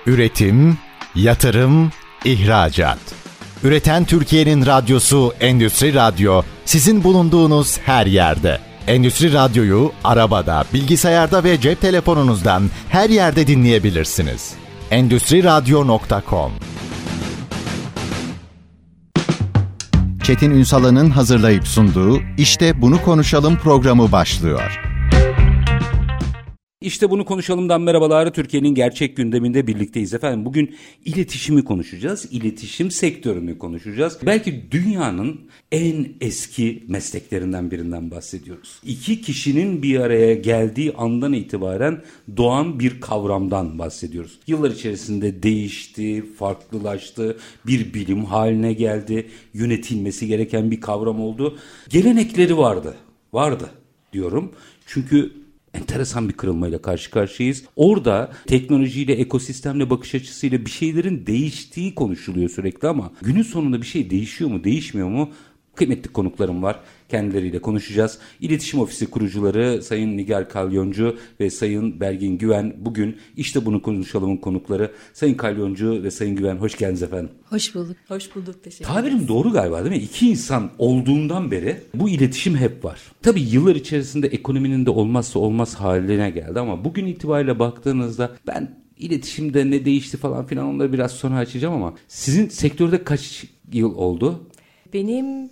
Üretim, yatırım, ihracat. Üreten Türkiye'nin radyosu Endüstri Radyo, sizin bulunduğunuz her yerde. Endüstri Radyo'yu arabada, bilgisayarda ve cep telefonunuzdan her yerde dinleyebilirsiniz. Endüstriradyo.com. Çetin Ünsal'ın hazırlayıp sunduğu İşte Bunu Konuşalım programı başlıyor. İşte Bunu Konuşalım'dan merhabalar. Türkiye'nin gerçek gündeminde birlikteyiz efendim. Bugün iletişimi konuşacağız. İletişim sektörünü konuşacağız. Belki dünyanın en eski mesleklerinden birinden bahsediyoruz. İki kişinin bir araya geldiği andan itibaren doğan bir kavramdan bahsediyoruz. Yıllar içerisinde değişti, farklılaştı, bir bilim haline geldi, yönetilmesi gereken bir kavram oldu. Gelenekleri vardı diyorum. Çünkü enteresan bir kırılmayla karşı karşıyayız. Orada teknolojiyle, ekosistemle, bakış açısıyla bir şeylerin değiştiği konuşuluyor sürekli ama günün sonunda bir şey değişiyor mu, değişmiyor mu? Kıymetli konuklarım var. Kendileriyle konuşacağız. İletişim Ofisi kurucuları Sayın Nigar Kalyoncu ve Sayın Belgin Güven bugün İşte Bunu Konuşalım'ın konukları. Sayın Kalyoncu ve Sayın Güven, hoş geldiniz efendim. Hoş bulduk. Hoş bulduk. Teşekkür ederim. Tabirim doğru galiba değil mi? İki insan olduğundan beri bu iletişim hep var. Tabii yıllar içerisinde ekonominin de olmazsa olmaz haline geldi ama bugün itibariyle baktığınızda ben iletişimde ne değişti falan filan onları biraz sonra açacağım ama sizin sektörde kaç yıl oldu? Benim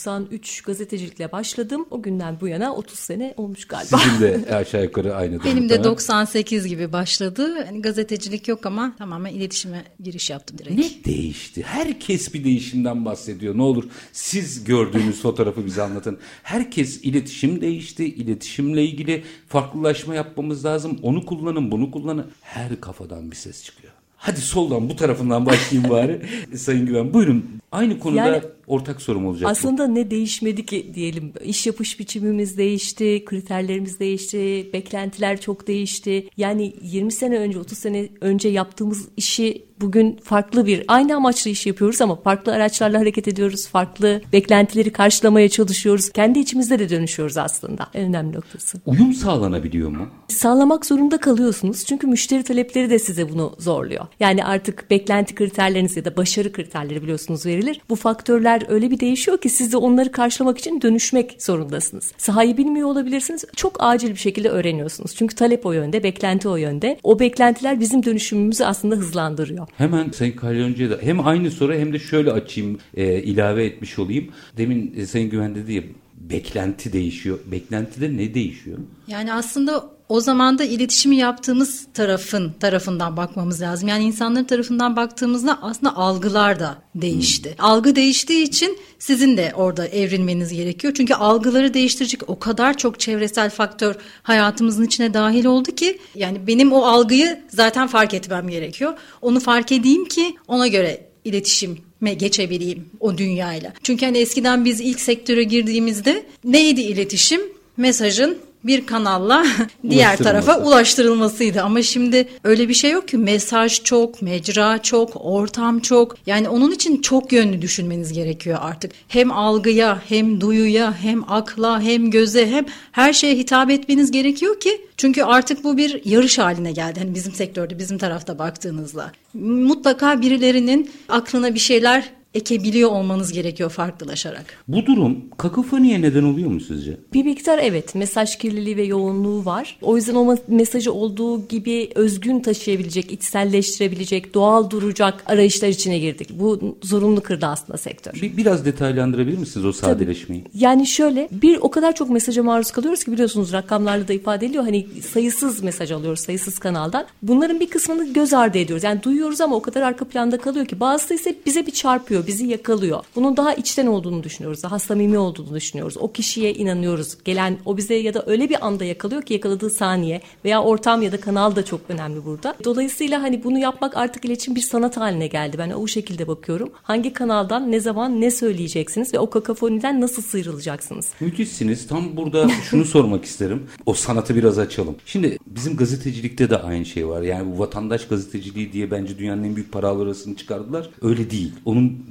93 gazetecilikle başladım. O günden bu yana 30 sene olmuş galiba. Sizin de aşağı yukarı aynı. Benim de 98 gibi başladı. Yani gazetecilik yok ama tamamen iletişime giriş yaptım direkt. Ne değişti? Herkes bir değişimden bahsediyor. Ne olur siz gördüğünüz fotoğrafı bize anlatın. Herkes iletişim değişti. İletişimle ilgili farklılaşma yapmamız lazım. Onu kullanın, bunu kullanın. Her kafadan bir ses çıkıyor. Hadi soldan bu tarafından başlayayım bari. Sayın Güven buyurun. Aynı konuda yani, ortak sorum olacak. Aslında ne değişmedi ki diyelim. İş yapış biçimimiz değişti, kriterlerimiz değişti, beklentiler çok değişti. Yani 20 sene önce, 30 sene önce yaptığımız işi bugün farklı aynı amaçlı iş yapıyoruz ama farklı araçlarla hareket ediyoruz. Farklı beklentileri karşılamaya çalışıyoruz. Kendi içimizde de dönüşüyoruz aslında. En önemli noktası. Uyum sağlanabiliyor mu? Sağlamak zorunda kalıyorsunuz. Çünkü müşteri talepleri de size bunu zorluyor. Yani artık beklenti kriterleriniz ya da başarı kriterleri biliyorsunuz verilir. Bu faktörler öyle bir değişiyor ki siz de onları karşılamak için dönüşmek zorundasınız. Sahayı bilmiyor olabilirsiniz. Çok acil bir şekilde öğreniyorsunuz. Çünkü talep o yönde, beklenti o yönde. O beklentiler bizim dönüşümümüzü aslında hızlandırıyor. Hemen Sayın Kalyoncu'ya da hem aynı soru hem de şöyle açayım, ilave etmiş olayım. Demin Sayın Güven dedi ya, beklenti değişiyor. Beklentide ne değişiyor? Yani aslında o zaman da iletişimi yaptığımız tarafından bakmamız lazım. Yani insanların tarafından baktığımızda aslında algılar da değişti. Algı değiştiği için sizin de orada evrilmeniz gerekiyor. Çünkü algıları değiştirecek o kadar çok çevresel faktör hayatımızın içine dahil oldu ki yani benim o algıyı zaten fark etmem gerekiyor. Onu fark edeyim ki ona göre iletişime geçebileyim o dünyayla. Çünkü hani eskiden biz ilk sektöre girdiğimizde neydi iletişim? Mesajın bir kanalla diğer tarafa ulaştırılmasıydı. Ama şimdi öyle bir şey yok ki. Mesaj çok, mecra çok, ortam çok. Yani onun için çok yönlü düşünmeniz gerekiyor artık. Hem algıya, hem duyuya, hem akla, hem göze, hem her şeye hitap etmeniz gerekiyor ki. Çünkü artık bu bir yarış haline geldi. Hani bizim sektörde, bizim tarafta baktığınızda. Mutlaka birilerinin aklına bir şeyler ekebiliyor olmanız gerekiyor farklılaşarak. Bu durum kakofoniye neden oluyor mu sizce? Bir miktar evet. Mesaj kirliliği ve yoğunluğu var. O yüzden o mesajı olduğu gibi özgün taşıyabilecek, içselleştirebilecek, doğal duracak arayışlar içine girdik. Bu zorunlu kırdı aslında sektör. Biraz detaylandırabilir misiniz o sadeleşmeyi? Tabii. Yani şöyle o kadar çok mesaja maruz kalıyoruz ki biliyorsunuz rakamlarla da ifade ediliyor. Hani sayısız mesaj alıyoruz sayısız kanaldan. Bunların bir kısmını göz ardı ediyoruz. Yani duyuyoruz ama o kadar arka planda kalıyor ki bazısı ise bize bir çarpıyor. Bizi yakalıyor. Bunun daha içten olduğunu düşünüyoruz. Daha samimi olduğunu düşünüyoruz. O kişiye inanıyoruz. Gelen o bize ya da öyle bir anda yakalıyor ki yakaladığı saniye veya ortam ya da kanal da çok önemli burada. Dolayısıyla hani bunu yapmak artık iletişim bir sanat haline geldi. Ben o şekilde bakıyorum. Hangi kanaldan ne zaman ne söyleyeceksiniz ve o kakafoniden nasıl sıyrılacaksınız? Müthişsiniz. Tam burada şunu sormak isterim. O sanatı biraz açalım. Şimdi bizim gazetecilikte de aynı şey var. Yani bu vatandaş gazeteciliği diye bence dünyanın en büyük paralarını çıkardılar. Öyle değil. Onun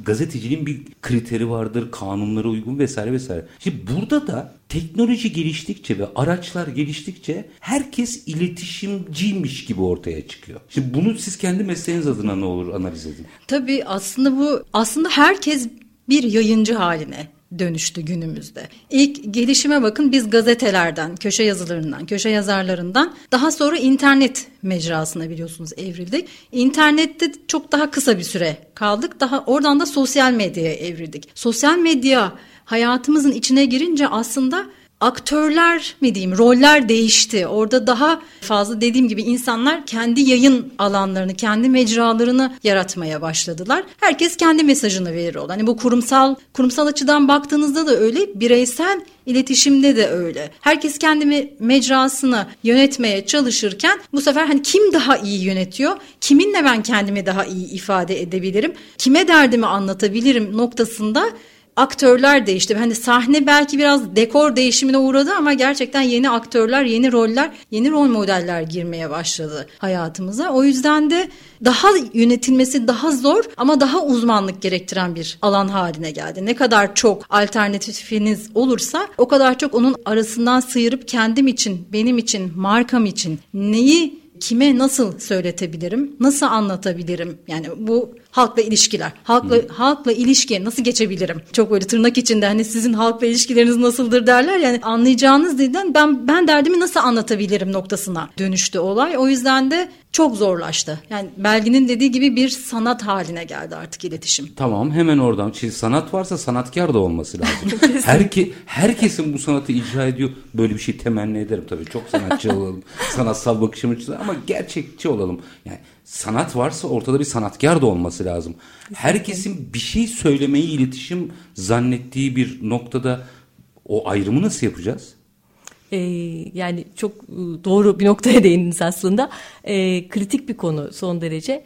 gazeteciliğin bir kriteri vardır, kanunlara uygun vesaire vesaire. Şimdi burada da teknoloji geliştikçe ve araçlar geliştikçe herkes iletişimciymiş gibi ortaya çıkıyor. Şimdi bunu siz kendi mesleğiniz adına ne olur analiz edin. Tabii aslında herkes bir yayıncı haline dönüştü günümüzde. İlk gelişime bakın, biz gazetelerden, köşe yazılarından, köşe yazarlarından daha sonra internet mecrasına biliyorsunuz evrildik. İnternette çok daha kısa bir süre kaldık. Oradan da sosyal medyaya evrildik. Sosyal medya hayatımızın içine girince aslında aktörler mi diyeyim, roller değişti. Orada daha fazla dediğim gibi insanlar kendi yayın alanlarını, kendi mecralarını yaratmaya başladılar. Herkes kendi mesajını verir oldu. Hani bu kurumsal açıdan baktığınızda da öyle, bireysel iletişimde de öyle. Herkes kendi mecrasını yönetmeye çalışırken bu sefer hani kim daha iyi yönetiyor? Kiminle ben kendimi daha iyi ifade edebilirim? Kime derdimi anlatabilirim noktasında aktörler değişti. Hani sahne belki biraz dekor değişimine uğradı ama gerçekten yeni aktörler, yeni roller, yeni rol modeller girmeye başladı hayatımıza. O yüzden de daha yönetilmesi daha zor ama daha uzmanlık gerektiren bir alan haline geldi. Ne kadar çok alternatifiniz olursa o kadar çok onun arasından sıyırıp kendim için, benim için, markam için neyi kime nasıl söyletebilirim, nasıl anlatabilirim? Yani bu halkla ilişkiler, halkla ilişkiye nasıl geçebilirim? Çok böyle tırnak içinde hani sizin halkla ilişkileriniz nasıldır derler. Yani anlayacağınız dilden ben derdimi nasıl anlatabilirim noktasına dönüştü olay. O yüzden de çok zorlaştı. Yani Belgin'in dediği gibi bir sanat haline geldi artık iletişim. Tamam, hemen oradan. Şimdi sanat varsa sanatkar da olması lazım. Herkesin bu sanatı icra ediyor. Böyle bir şey temenni ederim tabii. Çok sanatçı olalım. Sanatsal bakışım açısından ama gerçekçi olalım. Yani sanat varsa ortada bir sanatkar da olması lazım. Herkesin bir şey söylemeyi iletişim zannettiği bir noktada o ayrımı nasıl yapacağız? Yani çok doğru bir noktaya değindiniz aslında. Kritik bir konu son derece.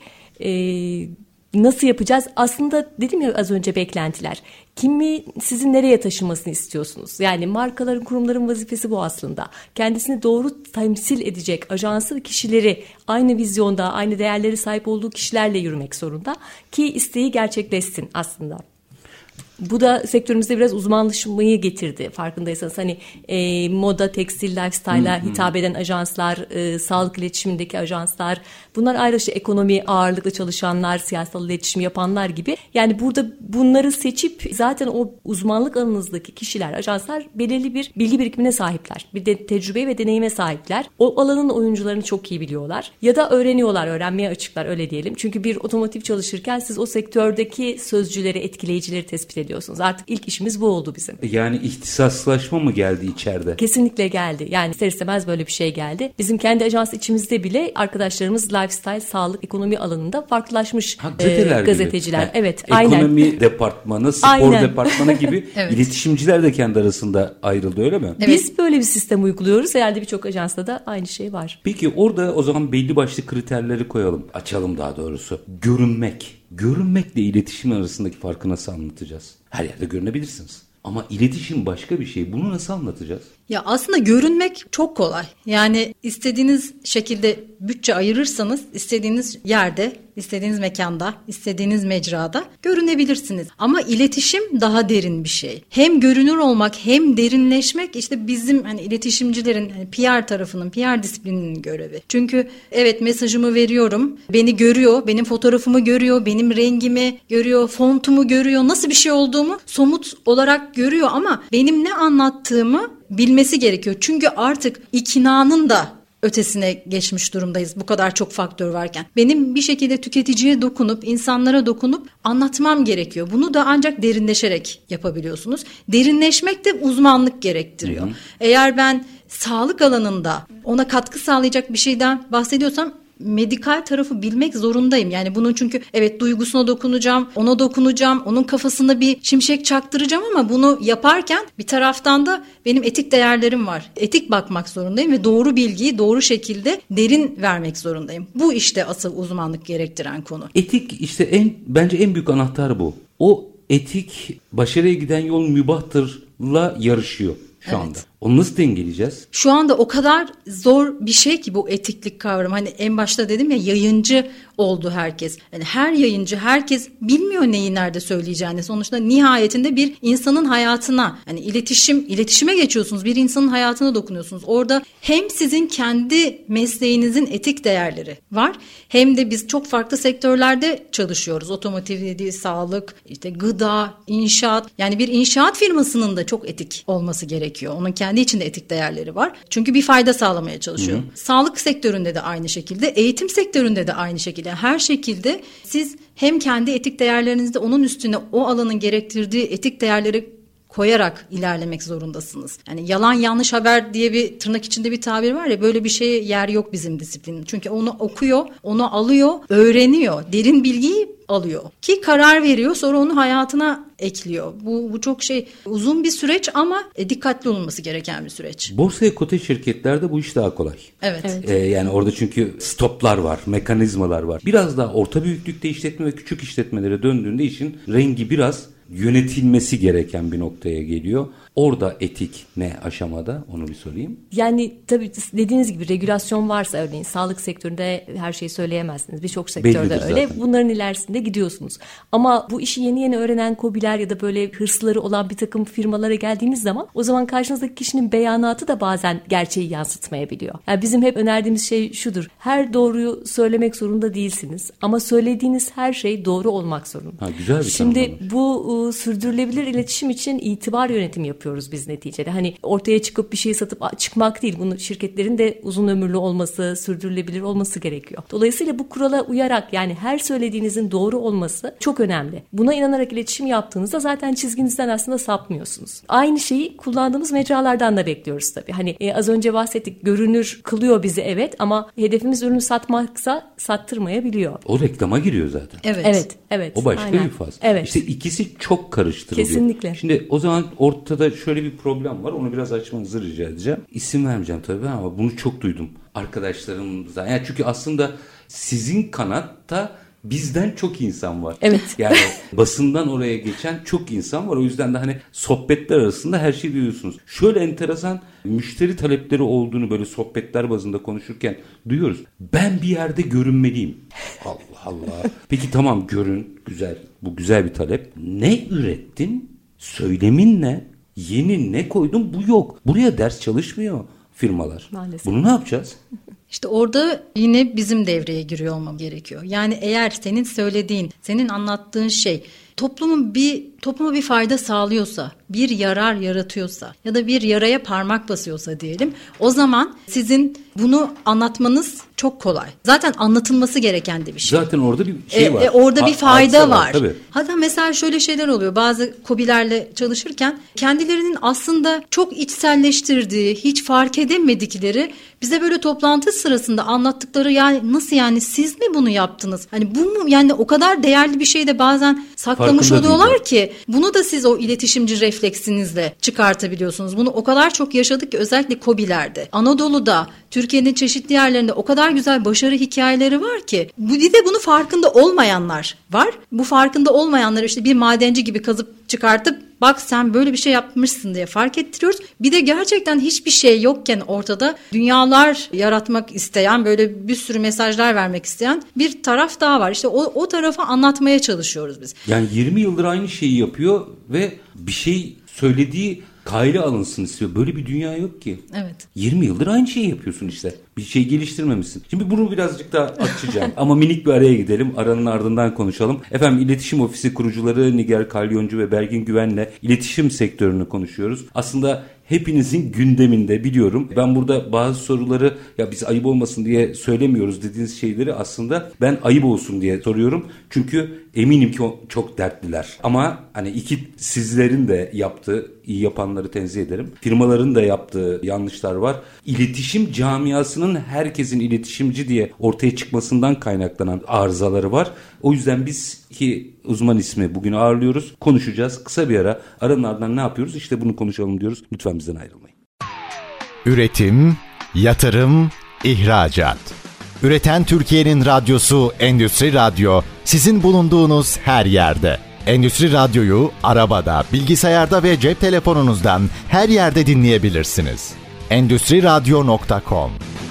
Nasıl yapacağız? Aslında dedim ya az önce, beklentiler. Kimi sizin nereye taşımasını istiyorsunuz? Yani markaların, kurumların vazifesi bu aslında. Kendisini doğru temsil edecek ajansı ve kişileri aynı vizyonda, aynı değerleri sahip olduğu kişilerle yürümek zorunda ki isteği gerçekleşsin aslında. Bu da sektörümüzde biraz uzmanlaşmayı getirdi farkındaysanız. Hani moda, tekstil, lifestyle'a hitap eden ajanslar, sağlık iletişimindeki ajanslar, bunlar ayrı ekonomi ağırlıklı çalışanlar, siyasal iletişim yapanlar gibi. Yani burada bunları seçip zaten o uzmanlık alanınızdaki kişiler, ajanslar belirli bir bilgi birikimine sahipler. Bir de tecrübeye ve deneyime sahipler. O alanın oyuncularını çok iyi biliyorlar. Ya da öğreniyorlar, öğrenmeye açıklar öyle diyelim. Çünkü bir otomotiv çalışırken siz o sektördeki sözcüleri, etkileyicileri tespit ediyorsunuz. Artık ilk işimiz bu oldu bizim. Yani ihtisaslaşma mı geldi içeride? Kesinlikle geldi. Yani ister istemez böyle bir şey geldi. Bizim kendi ajans içimizde bile arkadaşlarımız lifestyle, sağlık, ekonomi alanında farklılaşmış gazeteciler. Yani, evet, aynen. Ekonomi departmanı, spor departmanı gibi evet. İletişimciler de kendi arasında ayrıldı, öyle mi? Evet. Biz böyle bir sistem uyguluyoruz. Herhalde birçok ajansta da aynı şey var. Peki orada o zaman belli başlı kriterleri koyalım. Açalım daha doğrusu. Görünmekle iletişim arasındaki farkı nasıl anlatacağız? Her yerde görünebilirsiniz. Ama iletişim başka bir şey. Bunu nasıl anlatacağız? Ya aslında görünmek çok kolay. Yani istediğiniz şekilde bütçe ayırırsanız istediğiniz yerde, istediğiniz mekanda, istediğiniz mecrada görünebilirsiniz. Ama iletişim daha derin bir şey. Hem görünür olmak hem derinleşmek işte bizim hani iletişimcilerin hani PR tarafının, PR disiplininin görevi. Çünkü evet mesajımı veriyorum, beni görüyor, benim fotoğrafımı görüyor, benim rengimi görüyor, fontumu görüyor, nasıl bir şey olduğumu somut olarak görüyor ama benim ne anlattığımı bilmesi gerekiyor. Çünkü artık iknanın da ötesine geçmiş durumdayız bu kadar çok faktör varken. Benim bir şekilde tüketiciye dokunup, insanlara dokunup anlatmam gerekiyor. Bunu da ancak derinleşerek yapabiliyorsunuz. Derinleşmek de uzmanlık gerektiriyor. Eğer ben sağlık alanında ona katkı sağlayacak bir şeyden bahsediyorsam medikal tarafı bilmek zorundayım. Yani bunun çünkü evet duygusuna dokunacağım, ona dokunacağım, onun kafasında bir şimşek çaktıracağım ama bunu yaparken bir taraftan da benim etik değerlerim var. Etik bakmak zorundayım ve doğru bilgiyi doğru şekilde derin vermek zorundayım. Bu işte asıl uzmanlık gerektiren konu. Etik işte bence en büyük anahtar bu. O etik başarıya giden yol mübahtırla yarışıyor şu anda. Onu nasıl dengeleyeceğiz? Şu anda o kadar zor bir şey ki bu etiklik kavramı. Hani en başta dedim ya, yayıncı oldu herkes. Yani her yayıncı, herkes bilmiyor neyi nerede söyleyeceğini. Sonuçta nihayetinde bir insanın hayatına, yani iletişime geçiyorsunuz. Bir insanın hayatına dokunuyorsunuz. Orada hem sizin kendi mesleğinizin etik değerleri var, hem de biz çok farklı sektörlerde çalışıyoruz. Otomotiv, sağlık, işte gıda, inşaat. Yani bir inşaat firmasının da çok etik olması gerekiyor. Onun kendi içinde etik değerleri var. Çünkü bir fayda sağlamaya çalışıyor. Sağlık sektöründe de aynı şekilde, eğitim sektöründe de aynı şekilde. Her şekilde siz hem kendi etik değerlerinizde onun üstüne o alanın gerektirdiği etik değerleri koyarak ilerlemek zorundasınız. Yani yalan yanlış haber diye bir tırnak içinde bir tabir var ya, böyle bir şeye yer yok bizim disiplinin. Çünkü onu okuyor, onu alıyor, öğreniyor, derin bilgiyi alıyor ki karar veriyor, sonra onu hayatına ekliyor. Bu çok uzun bir süreç ama dikkatli olunması gereken bir süreç. Borsaya kote şirketlerde bu iş daha kolay. Evet. Yani orada çünkü stoplar var, mekanizmalar var. Biraz daha orta büyüklükte işletme ve küçük işletmelere döndüğünde işin rengi biraz yönetilmesi gereken bir noktaya geliyor. Orada etik ne aşamada, onu bir sorayım. Yani tabii dediğiniz gibi regülasyon varsa, örneğin sağlık sektöründe her şeyi söyleyemezsiniz. Birçok sektörde bellidir öyle. Zaten. Bunların ilerisinde gidiyorsunuz. Ama bu işi yeni öğrenen KOBİ'ler ya da böyle hırsları olan bir takım firmalara geldiğimiz zaman, o zaman karşınızdaki kişinin beyanatı da bazen gerçeği yansıtmayabiliyor. Yani bizim hep önerdiğimiz şey şudur: her doğruyu söylemek zorunda değilsiniz ama söylediğiniz her şey doğru olmak zorunda. Güzel bir Şimdi bu sürdürülebilir iletişim için itibar yönetimi yapıyoruz biz neticede. Hani ortaya çıkıp bir şeyi satıp çıkmak değil. Bunu şirketlerin de uzun ömürlü olması, sürdürülebilir olması gerekiyor. Dolayısıyla bu kurala uyarak, yani her söylediğinizin doğru olması çok önemli. Buna inanarak iletişim yaptığınızda zaten çizginizden aslında sapmıyorsunuz. Aynı şeyi kullandığımız mecralardan da bekliyoruz tabii. Hani az önce bahsettik, görünür kılıyor bizi, evet, ama hedefimiz ürünü satmaksa sattırmayabiliyor. O reklama giriyor zaten. Evet. O başka aynen. bir faz. Evet. İşte ikisi çok karıştırılıyor. Kesinlikle. Şimdi o zaman ortada şöyle bir problem var. Onu biraz açmanızı rica edeceğim. İsim vermeyeceğim tabii ama bunu çok duydum arkadaşlarımızdan. Yani çünkü aslında sizin kanatta bizden çok insan var. Evet. Yani basından oraya geçen çok insan var. O yüzden de hani sohbetler arasında her şeyi duyuyorsunuz. Şöyle enteresan müşteri talepleri olduğunu böyle sohbetler bazında konuşurken duyuyoruz. Ben bir yerde görünmeliyim. Allah Allah. Peki tamam, görün, güzel. Bu güzel bir talep. Ne ürettin? Söylemin ne? Yeni ne koydun? Bu yok. Buraya ders çalışmıyor firmalar. Maalesef. Bunu ne yapacağız? İşte orada yine bizim devreye giriyor olmam gerekiyor. Yani eğer senin söylediğin, senin anlattığın şey topluma bir fayda sağlıyorsa, bir yarar yaratıyorsa ya da bir yaraya parmak basıyorsa diyelim, o zaman sizin bunu anlatmanız çok kolay. Zaten anlatılması gereken de bir şey. Zaten orada bir şey var. Orada bir fayda var. Tabii. Hatta mesela şöyle şeyler oluyor. Bazı KOBİ'lerle çalışırken kendilerinin aslında çok içselleştirdiği, hiç fark edemedikleri, bize böyle toplantı sırasında anlattıkları, yani nasıl, yani siz mi bunu yaptınız? Hani bu mu, yani o kadar değerli bir şey de bazen saklamış Farkında oluyorlar ki bunu da siz o iletişimci refleksinizle çıkartabiliyorsunuz. Bunu o kadar çok yaşadık ki, özellikle KOBİ'lerde. Anadolu'da, Türkiye'nin çeşitli yerlerinde o kadar güzel başarı hikayeleri var ki. Bir de bunu farkında olmayanlar var. Bu farkında olmayanlar işte bir madenci gibi kazıp çıkartıp, bak sen böyle bir şey yapmışsın diye fark ettiriyoruz. Bir de gerçekten hiçbir şey yokken ortada dünyalar yaratmak isteyen, böyle bir sürü mesajlar vermek isteyen bir taraf daha var. İşte o tarafı anlatmaya çalışıyoruz biz. Yani 20 yıldır aynı şeyi yapıyor ve bir şey söylediği kayda alınsın istiyor. Böyle bir dünya yok ki. Evet. 20 yıldır aynı şeyi yapıyorsun işte. Bir şey geliştirmemişsin. Şimdi bunu birazcık daha açacağım. Ama minik bir araya gidelim. Aranın ardından konuşalım. Efendim, İletişim Ofisi kurucuları Nigar Kalyoncu ve Belgin Güven'le iletişim sektörünü konuşuyoruz. Aslında hepinizin gündeminde, biliyorum. Ben burada bazı soruları, ya biz ayıp olmasın diye söylemiyoruz dediğiniz şeyleri aslında ben ayıp olsun diye soruyorum. Çünkü eminim ki çok dertliler. Ama hani sizlerin de yaptığı, iyi yapanları tenzih ederim, firmaların da yaptığı yanlışlar var. İletişim camiasının herkesin iletişimci diye ortaya çıkmasından kaynaklanan arızaları var. O yüzden biz ki uzman ismi bugün ağırlıyoruz. Konuşacağız. Kısa bir ara. Aranın ardından ne yapıyoruz? İşte bunu konuşalım diyoruz. Lütfen bizden ayrılmayın. Üretim, yatırım, ihracat. Üreten Türkiye'nin radyosu Endüstri Radyo, sizin bulunduğunuz her yerde. Endüstri Radyo'yu arabada, bilgisayarda ve cep telefonunuzdan her yerde dinleyebilirsiniz. Endüstriradyo.com.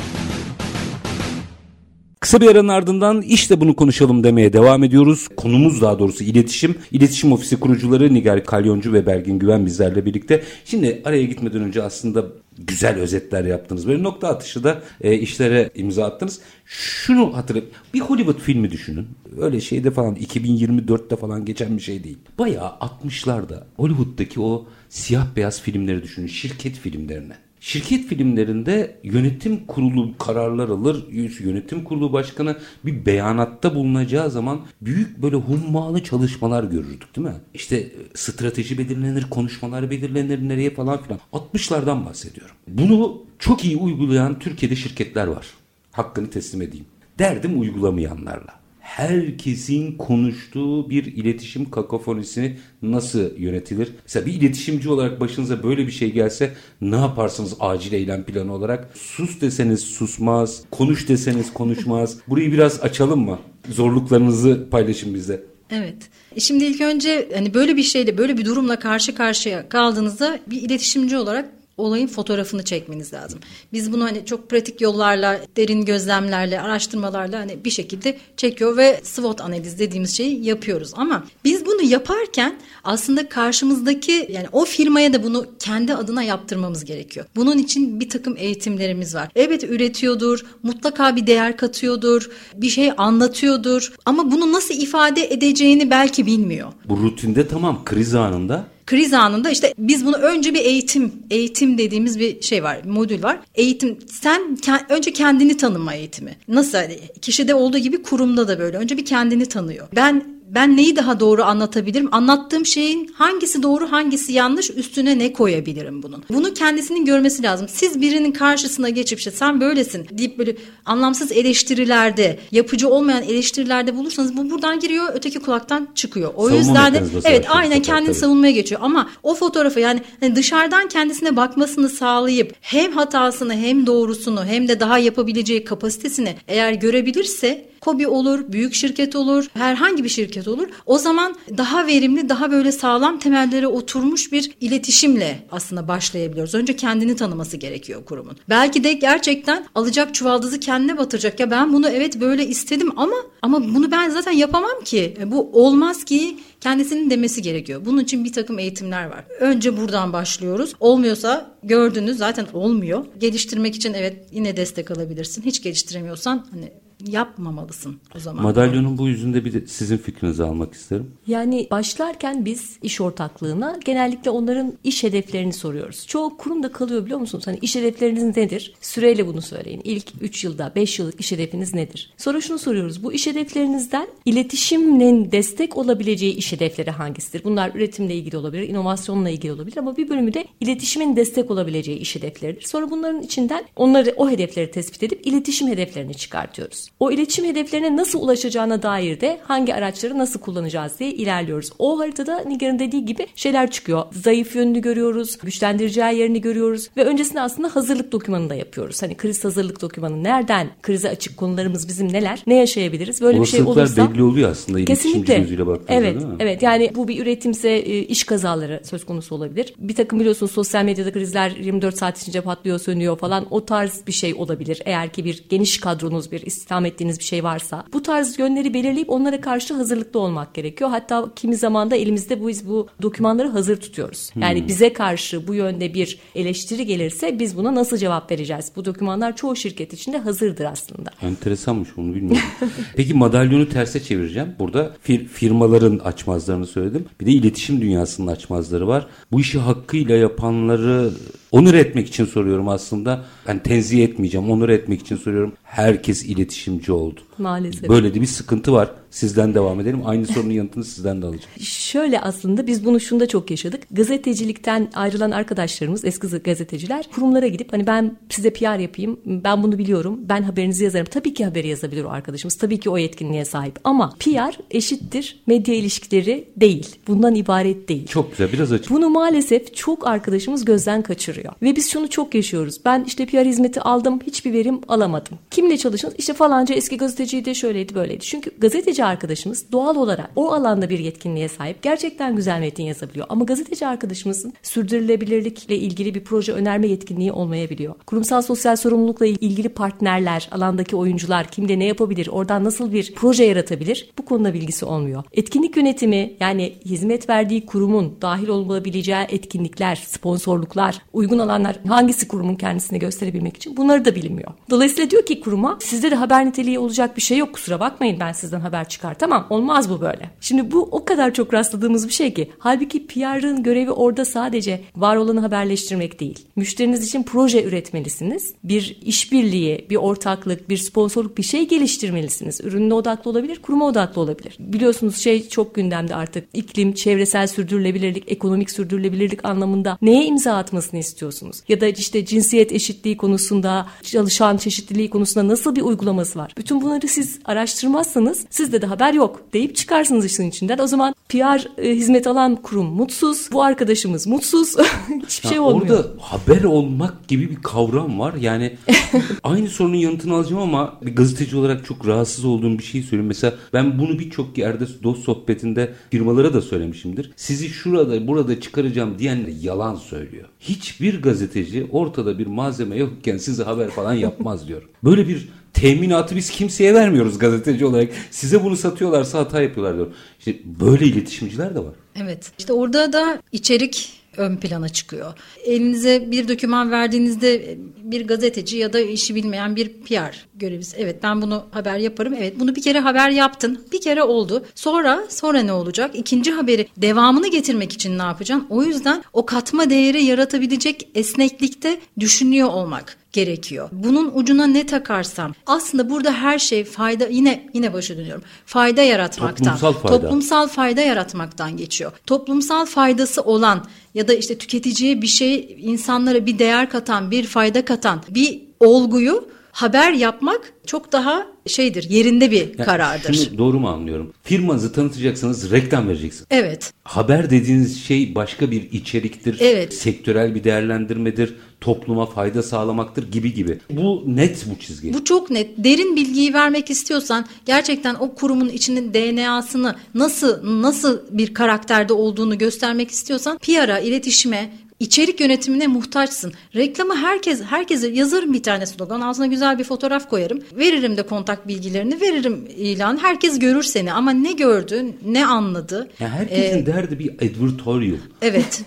Kısa bir aranın ardından işte bunu konuşalım demeye devam ediyoruz. Konumuz daha doğrusu iletişim. İletişim Ofisi kurucuları Nigar Kalyoncu ve Belgin Güven bizlerle birlikte. Şimdi araya gitmeden önce aslında güzel özetler yaptınız. Böyle nokta atışı da işlere imza attınız. Şunu hatırlayın. Bir Hollywood filmi düşünün. Öyle şeyde falan 2024'te falan geçen bir şey değil. Bayağı 60'larda Hollywood'daki o siyah beyaz filmleri düşünün. Şirket filmlerini. Şirket filmlerinde yönetim kurulu kararlar alır. Yönetim kurulu başkanı bir beyanatta bulunacağı zaman büyük böyle hummalı çalışmalar görürdük değil mi? İşte strateji belirlenir, konuşmalar belirlenir, nereye falan filan. 60'lardan bahsediyorum. Bunu çok iyi uygulayan Türkiye'de şirketler var. Hakkını teslim edeyim. Derdim uygulamayanlarla. Herkesin konuştuğu bir iletişim kakofonisi nasıl yönetilir? Mesela bir iletişimci olarak başınıza böyle bir şey gelse ne yaparsınız acil eylem planı olarak? Sus deseniz susmaz, konuş deseniz konuşmaz. Burayı biraz açalım mı? Zorluklarınızı paylaşın bizle. Evet. Şimdi ilk önce hani böyle bir şeyle, böyle bir durumla karşı karşıya kaldığınızda bir iletişimci olarak olayın fotoğrafını çekmeniz lazım. Biz bunu hani çok pratik yollarla, derin gözlemlerle, araştırmalarla hani bir şekilde çekiyor ve SWOT analiz dediğimiz şeyi yapıyoruz. Ama biz bunu yaparken aslında karşımızdaki yani o firmaya da bunu kendi adına yaptırmamız gerekiyor. Bunun için bir takım eğitimlerimiz var. Evet üretiyordur, mutlaka bir değer katıyordur, bir şey anlatıyordur ama bunu nasıl ifade edeceğini belki bilmiyor. Bu rutinde tamam, kriz anında. Kriz anında işte biz bunu önce bir eğitim dediğimiz bir şey var, modül var. Eğitim, sen önce kendini tanıma eğitimi. Nasıl hani kişide olduğu gibi kurumda da böyle. Önce bir kendini tanıyor. Ben neyi daha doğru anlatabilirim? Anlattığım şeyin hangisi doğru, hangisi yanlış, üstüne ne koyabilirim bunun? Bunu kendisinin görmesi lazım. Siz birinin karşısına geçip işte sen böylesin deyip böyle anlamsız eleştirilerde, yapıcı olmayan eleştirilerde bulursanız bu buradan giriyor, öteki kulaktan çıkıyor. O savunma yüzden de evet aynen sefer, kendini tabii. savunmaya geçiyor. Ama o fotoğrafı yani dışarıdan kendisine bakmasını sağlayıp hem hatasını hem doğrusunu hem de daha yapabileceği kapasitesini eğer görebilirse KOBİ olur, büyük şirket olur, herhangi bir şirket olur. O zaman daha verimli, daha böyle sağlam temellere oturmuş bir iletişimle aslında başlayabiliyoruz. Önce kendini tanıması gerekiyor kurumun. Belki de gerçekten alacak çuvaldızı kendine batıracak. Ya ben bunu evet böyle istedim ama bunu ben zaten yapamam ki. Bu olmaz ki kendisinin demesi gerekiyor. Bunun için bir takım eğitimler var. Önce buradan başlıyoruz. Olmuyorsa gördünüz zaten olmuyor. Geliştirmek için evet yine destek alabilirsin. Hiç geliştiremiyorsan hani yapmamalısın o zaman. Madalyonun bu yüzünde bir de sizin fikrinizi almak isterim. Yani başlarken biz iş ortaklığına genellikle onların iş hedeflerini soruyoruz. Çoğu kurumda kalıyor biliyor musunuz? Hani iş hedefleriniz nedir? Süreyle bunu söyleyin. İlk 3 yılda 5 yıllık iş hedefiniz nedir? Sonra şunu soruyoruz. Bu iş hedeflerinizden iletişimle destek olabileceği iş hedefleri hangisidir? Bunlar üretimle ilgili olabilir, inovasyonla ilgili olabilir ama bir bölümü de iletişimin destek olabileceği iş hedefleridir. Sonra bunların içinden o hedefleri tespit edip iletişim hedeflerini çıkartıyoruz. O iletişim hedeflerine nasıl ulaşacağına dair de hangi araçları nasıl kullanacağız diye ilerliyoruz. O haritada Nigar'ın dediği gibi şeyler çıkıyor. Zayıf yönünü görüyoruz, güçlendireceği yerini görüyoruz ve öncesinde aslında hazırlık dokümanını da yapıyoruz. Hani kriz hazırlık dokümanı nereden, krize açık konularımız bizim neler, ne yaşayabiliriz? Böyle bir şey olursa. Olasılıklar belli oluyor aslında iletişimci gözüyle baktığınızda evet, değil mi? Evet yani bu bir üretimse iş kazaları söz konusu olabilir. Bir takım biliyorsunuz sosyal medyada krizler 24 saat içinde patlıyor, sönüyor falan, o tarz bir şey olabilir. Eğer ki bir geniş kadronuz, bir istihdam ettiğiniz bir şey varsa bu tarz yönleri belirleyip onlara karşı hazırlıklı olmak gerekiyor. Hatta kimi zaman da elimizde biz bu dokümanları hazır tutuyoruz. Yani bize karşı bu yönde bir eleştiri gelirse biz buna nasıl cevap vereceğiz? Bu dokümanlar çoğu şirket içinde hazırdır aslında. Enteresanmış, onu bilmiyorum. Peki madalyonu terse çevireceğim. Burada firmaların açmazlarını söyledim. Bir de iletişim dünyasının açmazları var. Bu işi hakkıyla yapanları onur etmek için soruyorum aslında. Yani tenzih etmeyeceğim, onur etmek için soruyorum. Herkes iletişimci oldu. Maalesef. Böyle de bir sıkıntı var. Sizden devam edelim. Aynı sorunun yanıtını sizden de alacağım. Şöyle aslında biz bunu şunda çok yaşadık. Gazetecilikten ayrılan arkadaşlarımız, eski gazeteciler kurumlara gidip hani ben size PR yapayım, ben bunu biliyorum, ben haberinizi yazarım. Tabii ki haberi yazabilir o arkadaşımız. Tabii ki o yetkinliğe sahip. Ama PR eşittir medya ilişkileri değil. Bundan ibaret değil. Çok güzel, biraz açık. Bunu maalesef çok arkadaşımız gözden kaçırıyor. olmuyor. Ve biz şunu çok yaşıyoruz. Ben işte PR hizmeti aldım, hiçbir verim alamadım. Kimle çalıştınız? İşte falanca eski gazeteciydi, şöyleydi, böyleydi. Çünkü gazeteci arkadaşımız doğal olarak o alanda bir yetkinliğe sahip. Gerçekten güzel metin yazabiliyor. Ama gazeteci arkadaşımızın sürdürülebilirlikle ilgili bir proje önerme yetkinliği olmayabiliyor. Kurumsal sosyal sorumlulukla ilgili partnerler, alandaki oyuncular kimde ne yapabilir, oradan nasıl bir proje yaratabilir? Bu konuda bilgisi olmuyor. Etkinlik yönetimi, yani hizmet verdiği kurumun dahil olabileceği etkinlikler, sponsorluklar, uygun alanlar hangisi kurumun kendisine gösterebilmek için, bunları da bilinmiyor. Dolayısıyla diyor ki kuruma, sizde de haber niteliği olacak bir şey yok, kusura bakmayın, ben sizden haber çıkartamam. Olmaz bu böyle. Şimdi bu o kadar çok rastladığımız bir şey ki, halbuki PR'ın görevi orada sadece var olanı haberleştirmek değil. Müşteriniz için proje üretmelisiniz. Bir işbirliği, bir ortaklık, bir sponsorluk, bir şey geliştirmelisiniz. Ürününe odaklı olabilir, kuruma odaklı olabilir. Biliyorsunuz çok gündemde artık, iklim, çevresel sürdürülebilirlik, ekonomik sürdürülebilirlik anlamında neye imza atmasını istiyorsunuz? Ya da işte cinsiyet eşitliği konusunda, çalışan çeşitliliği konusunda nasıl bir uygulaması var? Bütün bunları siz araştırmazsanız sizde de haber yok deyip çıkarsınız işin içinden. O zaman PR hizmet alan kurum mutsuz, bu arkadaşımız mutsuz. Hiçbir şey olmuyor. Orada haber olmak gibi bir kavram var. Yani aynı sorunun yanıtını alacağım ama bir gazeteci olarak çok rahatsız olduğum bir şey söyleyeyim. Mesela ben bunu birçok yerde dost sohbetinde firmalara da söylemişimdir. Sizi şurada burada çıkaracağım diyenler yalan söylüyor. Hiçbir gazeteci ortada bir malzeme yokken size haber falan yapmaz diyor. Böyle bir teminatı biz kimseye vermiyoruz gazeteci olarak. Size bunu satıyorlarsa hata yapıyorlar diyor. İşte böyle iletişimciler de var. Evet. İşte orada da içerik ön plana çıkıyor. Elinize bir doküman verdiğinizde bir gazeteci ya da işi bilmeyen bir PR görevlisi, evet ben bunu haber yaparım. Evet, bunu bir kere haber yaptın. Bir kere oldu. Sonra ne olacak? İkinci haberi, devamını getirmek için ne yapacaksın? O yüzden o katma değeri yaratabilecek esneklikte düşünüyor olmak gerekiyor. Bunun ucuna ne takarsam, aslında burada her şey fayda, yine başa dönüyorum. Fayda yaratmaktan, toplumsal fayda yaratmaktan geçiyor. Toplumsal faydası olan ya da işte tüketiciye bir şey, insanlara bir değer katan, bir fayda katan bir olguyu haber yapmak çok daha yerinde bir karardır. Şunu doğru mu anlıyorum? Firmanızı tanıtacaksanız reklam vereceksiniz. Evet. Haber dediğiniz şey başka bir içeriktir. Evet. Sektörel bir değerlendirmedir. Topluma fayda sağlamaktır gibi. Bu net, bu çizgi. Bu çok net. Derin bilgiyi vermek istiyorsan, gerçekten o kurumun içinin DNA'sını nasıl bir karakterde olduğunu göstermek istiyorsan PR'a, iletişime, İçerik yönetimine muhtaçsın. Reklamı herkese yazarım, bir tane slogan, altına güzel bir fotoğraf koyarım. Veririm de kontak bilgilerini, veririm ilan. Herkes görür seni ama ne gördü, ne anladı. Ya herkesin derdi bir advertorial. Evet.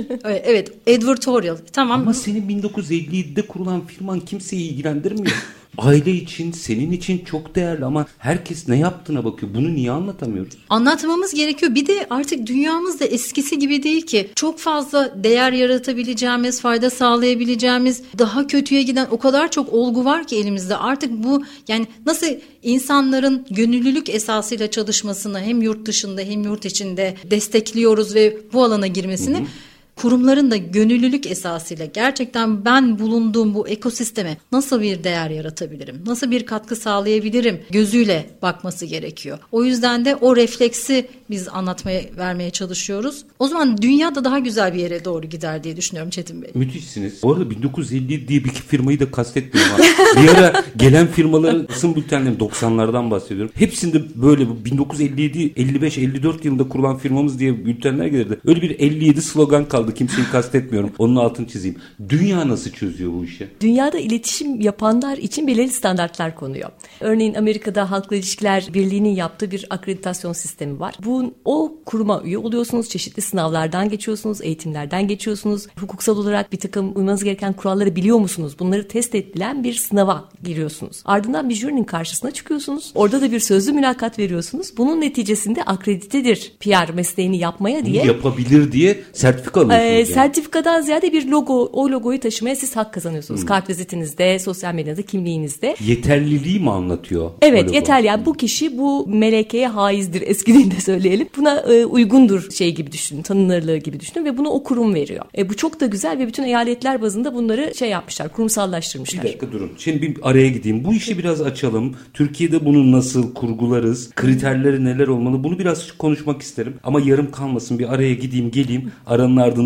Evet, advertorial. Tamam. Ama senin 1957'de kurulan firman kimseyi ilgilendirmiyor. Aile için, senin için çok değerli ama herkes ne yaptığına bakıyor. Bunu niye anlatamıyoruz? Anlatmamız gerekiyor. Bir de artık dünyamız da eskisi gibi değil ki. Çok fazla değer yaratabileceğimiz, fayda sağlayabileceğimiz, daha kötüye giden o kadar çok olgu var ki elimizde. Artık bu, yani nasıl insanların gönüllülük esasıyla çalışmasını hem yurt dışında hem yurt içinde destekliyoruz ve bu alana girmesini... Kurumların da gönüllülük esasıyla gerçekten ben bulunduğum bu ekosisteme nasıl bir değer yaratabilirim, nasıl bir katkı sağlayabilirim gözüyle bakması gerekiyor. O yüzden de o refleksi biz vermeye çalışıyoruz. O zaman dünya da daha güzel bir yere doğru gider diye düşünüyorum Çetin Bey. Müthişsiniz. Bu arada 1957 diye bir firmayı da kastetmiyorum. Bir ara gelen firmaların ısım bültenleri 90'lardan bahsediyorum. Hepsinde böyle 1957, 55, 54 yılında kurulan firmamız diye bültenler gelirdi. Öyle bir 57 slogan kaldı. Kimseyi kastetmiyorum. Onun altını çizeyim. Dünya nasıl çözüyor bu işi? Dünyada iletişim yapanlar için belirli standartlar konuyor. Örneğin Amerika'da Halkla İlişkiler Birliği'nin yaptığı bir akreditasyon sistemi var. O kuruma üye oluyorsunuz. Çeşitli sınavlardan geçiyorsunuz. Eğitimlerden geçiyorsunuz. Hukuksal olarak bir takım uymanız gereken kuralları biliyor musunuz? Bunları test edilen bir sınava giriyorsunuz. Ardından bir jürinin karşısına çıkıyorsunuz. Orada da bir sözlü mülakat veriyorsunuz. Bunun neticesinde akreditedir PR mesleğini yapmaya diye. Bunu yapabilir diye sertifika alıyorsunuz. Sertifikadan ziyade bir logo, o logoyu taşımaya siz hak kazanıyorsunuz. Kartvizitinizde, sosyal medyada, kimliğinizde. Yeterliliği mi anlatıyor? Evet, yeterli. Yani bu kişi bu melekeye haizdir, eski dilde söyleyelim. Buna uygundur gibi düşünün, tanınırlığı gibi düşünün ve bunu o kurum veriyor. Bu çok da güzel ve bütün eyaletler bazında bunları yapmışlar, kurumsallaştırmışlar. Bir dakika durun. Şimdi bir araya gideyim. Bu işi biraz açalım. Türkiye'de bunu nasıl kurgularız? Kriterleri neler olmalı? Bunu biraz konuşmak isterim. Ama yarım kalmasın. Bir araya gideyim, geleyim. Aranın ardından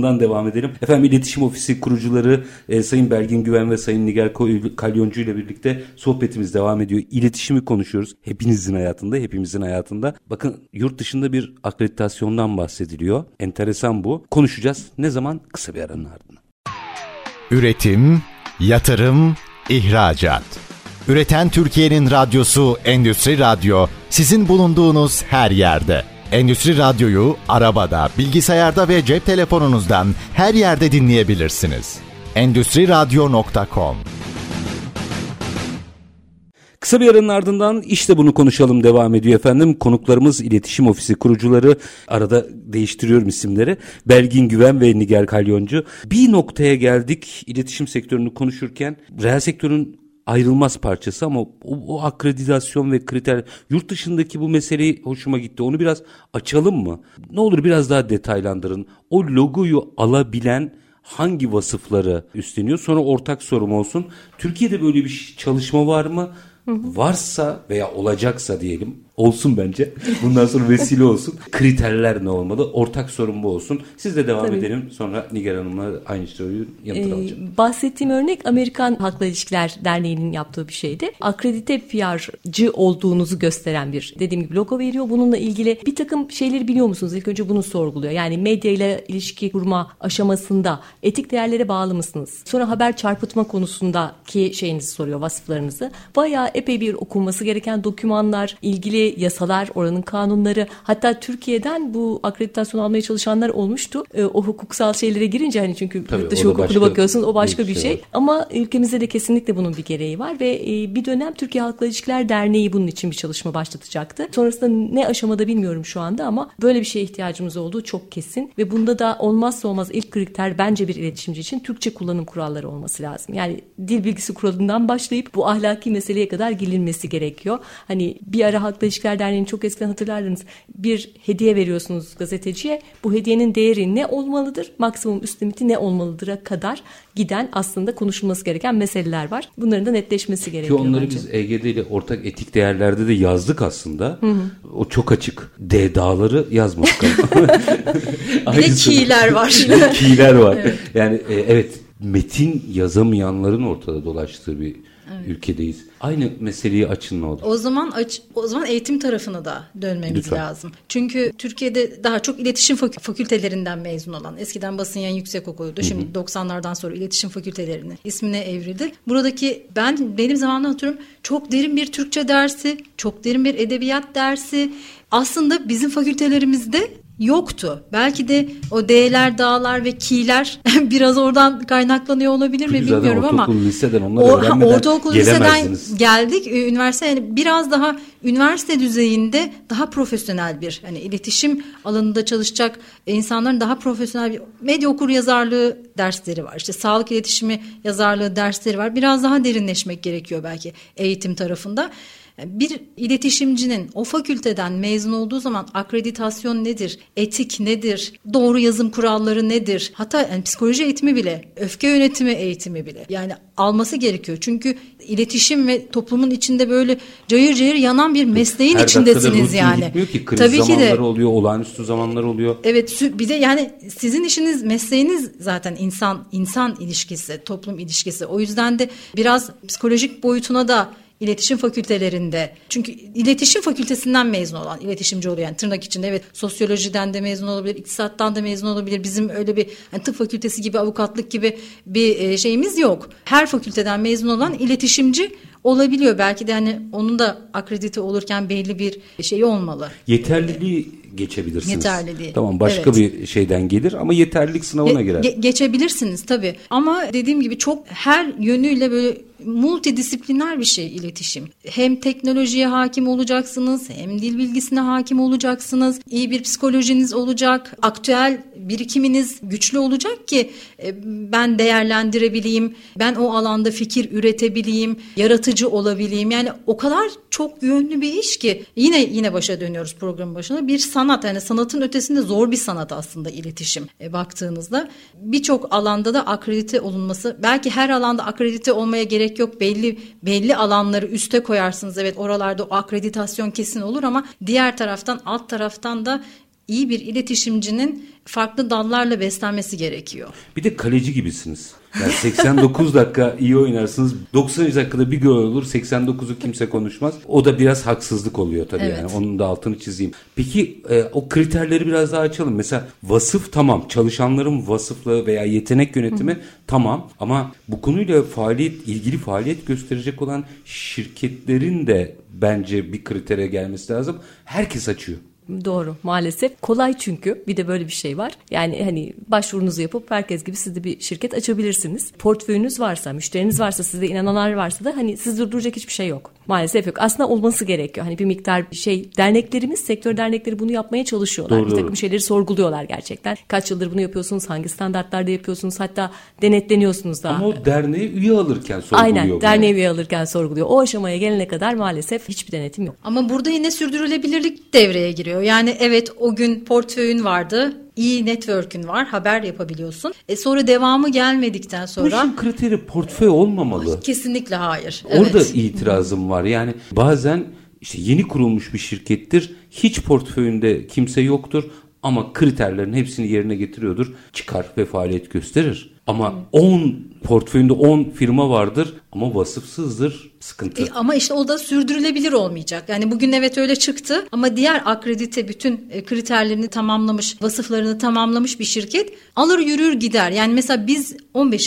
ardından devam edelim. Efendim İletişim Ofisi kurucuları Sayın Belgin Güven ve Sayın Nigar Kalyoncu ile birlikte sohbetimiz devam ediyor. İletişimi konuşuyoruz. Hepinizin hayatında, hepimizin hayatında. Bakın yurt dışında bir akreditasyondan bahsediliyor. Enteresan bu. Konuşacağız. Ne zaman? Kısa bir aranın ardından. Üretim, yatırım, ihracat. Üreten Türkiye'nin radyosu Endüstri Radyo sizin bulunduğunuz her yerde. Endüstri Radyo'yu arabada, bilgisayarda ve cep telefonunuzdan her yerde dinleyebilirsiniz. Endüstriradyo.com. Kısa bir aranın ardından işte bunu konuşalım devam ediyor efendim. Konuklarımız İletişim Ofisi kurucuları, arada değiştiriyorum isimleri, Belgin Güven ve Nigar Kalyoncu. Bir noktaya geldik iletişim sektörünü konuşurken, reel sektörün ayrılmaz parçası ama o akreditasyon ve kriter, yurt dışındaki bu meseleyi hoşuma gitti. Onu biraz açalım mı? Ne olur biraz daha detaylandırın. O logoyu alabilen hangi vasıfları üstleniyor? Sonra ortak sorum olsun. Türkiye'de böyle bir çalışma var mı? Varsa veya olacaksa diyelim, olsun bence. Bundan sonra vesile olsun. Kriterler ne olmalı? Ortak sorun bu olsun. Siz de devam edelim. Sonra Nigar Hanım'la aynı soruyu yanıtını alacağım. Bahsettiğim örnek Amerikan Halkla İlişkiler Derneği'nin yaptığı bir şeydi. Akredite PR'cı olduğunuzu gösteren bir, dediğim gibi, logo veriyor. Bununla ilgili bir takım şeyleri biliyor musunuz? İlk önce bunu sorguluyor. Yani medyayla ilişki kurma aşamasında etik değerlere bağlı mısınız? Sonra haber çarpıtma konusundaki şeyinizi soruyor, vasıflarınızı. Bayağı epey bir okunması gereken dokümanlar, ilgili yasalar, oranın kanunları, hatta Türkiye'den bu akreditasyon almaya çalışanlar olmuştu. O hukuksal şeylere girince, hani çünkü tabii, yurt dışı hukukuna bakıyorsunuz, o başka bir şey. Var. Ama ülkemizde de kesinlikle bunun bir gereği var ve bir dönem Türkiye Halkla İlişkiler Derneği bunun için bir çalışma başlatacaktı. Sonrasında ne aşamada bilmiyorum şu anda ama böyle bir şeye ihtiyacımız olduğu çok kesin ve bunda da olmazsa olmaz ilk kriter bence bir iletişimci için Türkçe kullanım kuralları olması lazım. Yani dil bilgisi kuralından başlayıp bu ahlaki meseleye kadar gelinmesi gerekiyor. Hani bir ara Halkla İlişkiler Derneği'ni çok eskiden hatırlardınız. Bir hediye veriyorsunuz gazeteciye. Bu hediyenin değeri ne olmalıdır? Maksimum üst limiti ne olmalıdır'a kadar giden aslında konuşulması gereken meseleler var. Bunların da netleşmesi gerekiyor. Ki onları bence. biz EGD ile ortak etik değerlerde de yazdık aslında. O çok açık. D dağları yazmadık. Bir de ki'ler var. Ki'ler var. Evet. Yani evet, metin yazamayanların ortada dolaştığı bir ülkedeyiz. Aynı meseleyi açın ne olur. O zaman eğitim tarafına da dönmemiz Lütfen. lazım. Çünkü Türkiye'de daha çok iletişim fakültelerinden mezun olan, eskiden basın yayın yüksekokulu'ydu. Şimdi 90'lardan sonra iletişim fakültelerinin ismine evrildi. Buradaki benim zamanımda hatırlıyorum, çok derin bir Türkçe dersi, çok derin bir edebiyat dersi aslında bizim fakültelerimizde yoktu. Belki de o D'ler, dağlar ve ki'ler biraz oradan kaynaklanıyor olabilir mi bilmiyorum ama ortaokul, liseden onları öğrenmeden ortaokul, liseden geldik. Üniversite, yani biraz daha üniversite düzeyinde daha profesyonel bir, hani iletişim alanında çalışacak insanların daha profesyonel bir medya okuryazarlığı dersleri var. İşte sağlık iletişimi yazarlığı dersleri var. Biraz daha derinleşmek gerekiyor belki eğitim tarafında. Bir iletişimcinin o fakülteden mezun olduğu zaman akreditasyon nedir, etik nedir, doğru yazım kuralları nedir, hatta yani psikoloji eğitimi bile, öfke yönetimi eğitimi bile yani alması gerekiyor. Çünkü iletişim ve toplumun içinde böyle cayır cayır yanan bir mesleğin her içindesiniz yani. Gitmiyor ki. Kriz Tabii zamanları ki de oluyor, olağanüstü zamanlar oluyor. Evet, bir de yani sizin işiniz, mesleğiniz zaten insan ilişkisi, toplum ilişkisi. O yüzden de biraz psikolojik boyutuna da İletişim fakültelerinde, çünkü iletişim fakültesinden mezun olan iletişimci oluyor yani, tırnak içinde, evet, sosyolojiden de mezun olabilir, iktisattan da mezun olabilir. Bizim öyle bir hani tıp fakültesi gibi, avukatlık gibi bir şeyimiz yok. Her fakülteden mezun olan iletişimci olabiliyor. Belki de hani onun da akredite olurken belli bir şey olmalı. Yeterliliği geçebilirsiniz. Yeterliliği. Tamam, başka bir şeyden gelir ama yeterlilik sınavına girer. Geçebilirsiniz tabii. Ama dediğim gibi çok her yönüyle böyle multidisipliner bir şey iletişim. Hem teknolojiye hakim olacaksınız, hem dil bilgisine hakim olacaksınız. İyi bir psikolojiniz olacak, aktüel birikiminiz güçlü olacak ki ben değerlendirebileyim, ben o alanda fikir üretebileyim, yaratıcı olabileyim. Yani o kadar çok yönlü bir iş ki yine başa dönüyoruz programın başına. Bir sanat, yani sanatın ötesinde zor bir sanat aslında iletişim baktığınızda. Birçok alanda da akredite olunması, belki her alanda akredite olmaya gerek yok. Belli alanları üste koyarsınız. Evet, oralarda o akreditasyon kesin olur ama diğer taraftan, alt taraftan da iyi bir iletişimcinin farklı dallarla beslenmesi gerekiyor. Bir de kaleci gibisiniz. Yani 89 dakika iyi oynarsınız. 90 dakikada bir gol olur. 89'u kimse konuşmaz. O da biraz haksızlık oluyor tabii evet. yani. Onun da altını çizeyim. Peki o kriterleri biraz daha açalım. Mesela vasıf tamam. Çalışanların vasıflı veya yetenek yönetimi tamam. Ama bu konuyla ilgili faaliyet gösterecek olan şirketlerin de bence bir kritere gelmesi lazım. Herkes açıyor. Doğru, maalesef. Kolay çünkü. Bir de böyle bir şey var. Yani hani başvurunuzu yapıp herkes gibi siz de bir şirket açabilirsiniz. Portföyünüz varsa, müşteriniz varsa, size inananlar varsa da hani sizi durduracak hiçbir şey yok. Maalesef yok. Aslında olması gerekiyor. Hani bir miktar derneklerimiz, sektör dernekleri bunu yapmaya çalışıyorlar. Doğru. Bir takım şeyleri sorguluyorlar gerçekten. Kaç yıldır bunu yapıyorsunuz, hangi standartlarda yapıyorsunuz, hatta denetleniyorsunuz da. Ama o derneğe üye alırken sorguluyor. Aynen, derneğe üye alırken sorguluyor. O aşamaya gelene kadar maalesef hiçbir denetim yok. Ama burada yine sürdürülebilirlik devreye giriyor. Yani evet, o gün portföyün vardı, iyi network'ün var, haber yapabiliyorsun. Sonra devamı gelmedikten sonra... Bu işin kriteri portföy olmamalı. Kesinlikle hayır. Orada evet. itirazım var. Yani bazen işte yeni kurulmuş bir şirkettir, hiç portföyünde kimse yoktur ama kriterlerin hepsini yerine getiriyordur. Çıkar ve faaliyet gösterir. Ama portföyünde 10 firma vardır ama vasıfsızdır. Sıkıntı. Ama işte o da sürdürülebilir olmayacak. Yani bugün evet öyle çıktı ama diğer akredite bütün kriterlerini tamamlamış, vasıflarını tamamlamış bir şirket alır yürür gider. Yani mesela biz 15.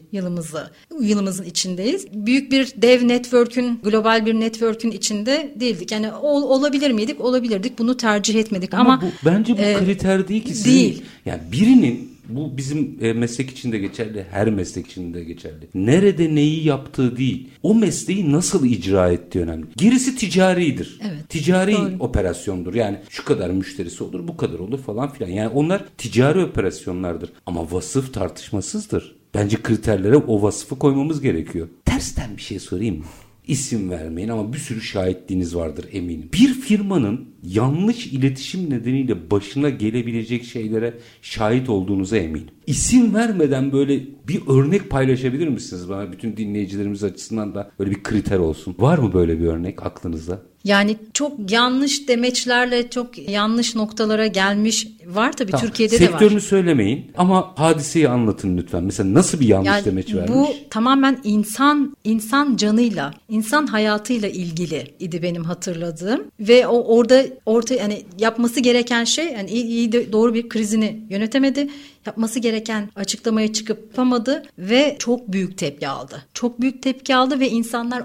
yılımızın içindeyiz. Büyük bir dev network'ün, global bir network'ün içinde değildik. Yani olabilir miydik? Olabilirdik. Bunu tercih etmedik ama bence bu kriter değil ki sizin. Değil. Yani birinin, bu bizim meslek için de geçerli, her meslek için de geçerli. Nerede neyi yaptığı değil, o mesleği nasıl icra ettiği önemli. Gerisi ticaridir. Evet, ticari doğru. operasyondur. Yani şu kadar müşterisi olur, bu kadar olur falan filan. Yani onlar ticari operasyonlardır. Ama vasıf tartışmasızdır. Bence kriterlere o vasıfı koymamız gerekiyor. Tersten bir şey sorayım mı? İsim vermeyin ama bir sürü şahitliğiniz vardır eminim. Bir firmanın yanlış iletişim nedeniyle başına gelebilecek şeylere şahit olduğunuza eminim. İsim vermeden böyle bir örnek paylaşabilir misiniz bana? Bütün dinleyicilerimiz açısından da böyle bir kriter olsun. Var mı böyle bir örnek aklınızda? Yani çok yanlış demeçlerle çok yanlış noktalara gelmiş var tabii, tamam. Türkiye'de de var. Sektörünü söylemeyin ama hadiseyi anlatın lütfen. Mesela nasıl bir yanlış demeç vermiş? Bu tamamen insan canıyla, insan hayatıyla ilgili idi benim hatırladığım ve orada yani yapması gereken şey, yani iyi doğru bir krizini yönetemedi. Yapması gereken açıklamaya çıkıp yapamadı ve çok büyük tepki aldı. Çok büyük tepki aldı ve insanlar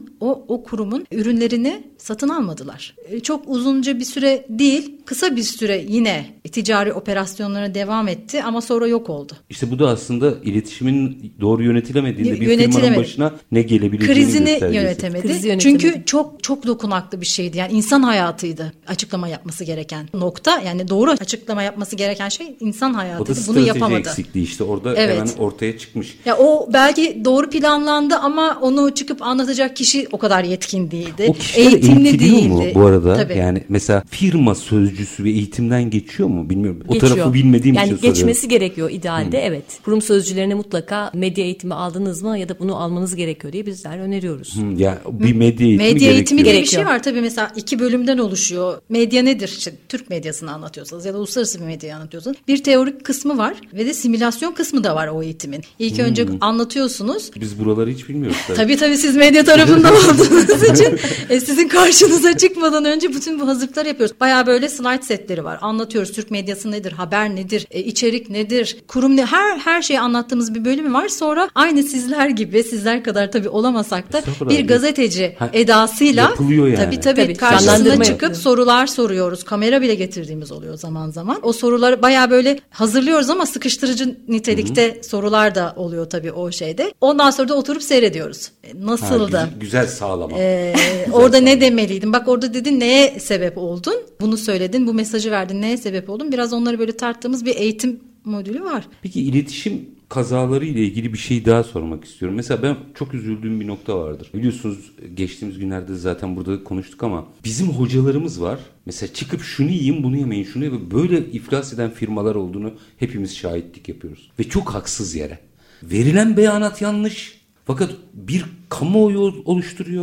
o kurumun ürünlerini satın almadılar. Çok uzunca bir süre değil, kısa bir süre yine ticari operasyonlara devam etti ama sonra yok oldu. İşte bu da aslında iletişimin doğru yönetilemediğinde bir firmanın başına ne gelebileceğini krizini göstergesi. yönetemedi. Çünkü çok dokunaklı bir şeydi. Yani insan hayatıydı açıklama yapması gereken nokta. Yani doğru açıklama yapması gereken şey insan hayatıydı. Bunu yapamadı. O da strateji eksikliği işte orada hemen ortaya çıkmış. Ya o belki doğru planlandı ama onu çıkıp anlatacak kişi o kadar yetkin değildi. O kişiler eğitimli değildi. Mu bu arada? Tabii. Yani mesela firma sözcüsü ve eğitimden geçiyor mu bilmiyorum. O Geçiyor. tarafı bilmediğim için soruyorum. Yani geçmesi gerekiyor idealde, evet. Kurum sözcülerine mutlaka medya eğitimi aldınız mı ya da bunu almanız gerekiyor diye bizler öneriyoruz. Ya bir medya eğitimi medya eğitimi gerekiyor. bir şey var tabii, mesela 2 bölümden oluşuyor. Medya nedir? İşte Türk medyasını anlatıyorsanız ya da uluslararası bir medyayı anlatıyorsanız bir teorik kısmı var ve de simülasyon kısmı da var o eğitimin. İlk önce anlatıyorsunuz. Biz buraları hiç bilmiyoruz tabii. Tabii siz medya tarafında olduğunuz için sizin karşınıza çıkmadan önce bütün bu hazırlıkları yapıyoruz. Bayağı böyle slide setleri var. Anlatıyoruz Türk medyası nedir, haber nedir, içerik nedir, kurum ne, her şeyi anlattığımız bir bölümü var. Sonra aynı sizler kadar tabii olamasak da bir gazeteci edasıyla yapılıyor yani. Tabii karşısına çıkıp sorular soruyoruz. Kamera bile getirdiğimiz oluyor zaman zaman. O soruları bayağı böyle hazırlıyoruz ama sıkıştırıcı nitelikte sorular da oluyor tabii o şeyde. Ondan sonra da oturup seyrediyoruz. Nasıldı? Güzel sağlama. Orada ne demeliydim? Bak orada dedin, neye sebep oldun? Bunu söyledin, bu mesajı verdin, neye sebep oldun? Biraz onları böyle tarttığımız bir eğitim modülü var. Peki iletişim kazaları ile ilgili bir şey daha sormak istiyorum. Mesela ben çok üzüldüğüm bir nokta vardır. Biliyorsunuz geçtiğimiz günlerde zaten burada konuştuk ama bizim hocalarımız var. Mesela çıkıp şunu yiyin, bunu yemeyin, şunu yemeyin. Böyle iflas eden firmalar olduğunu hepimiz şahitlik yapıyoruz. Ve çok haksız yere. Verilen beyanat yanlış. Fakat bir kamuoyu oluşturuyor.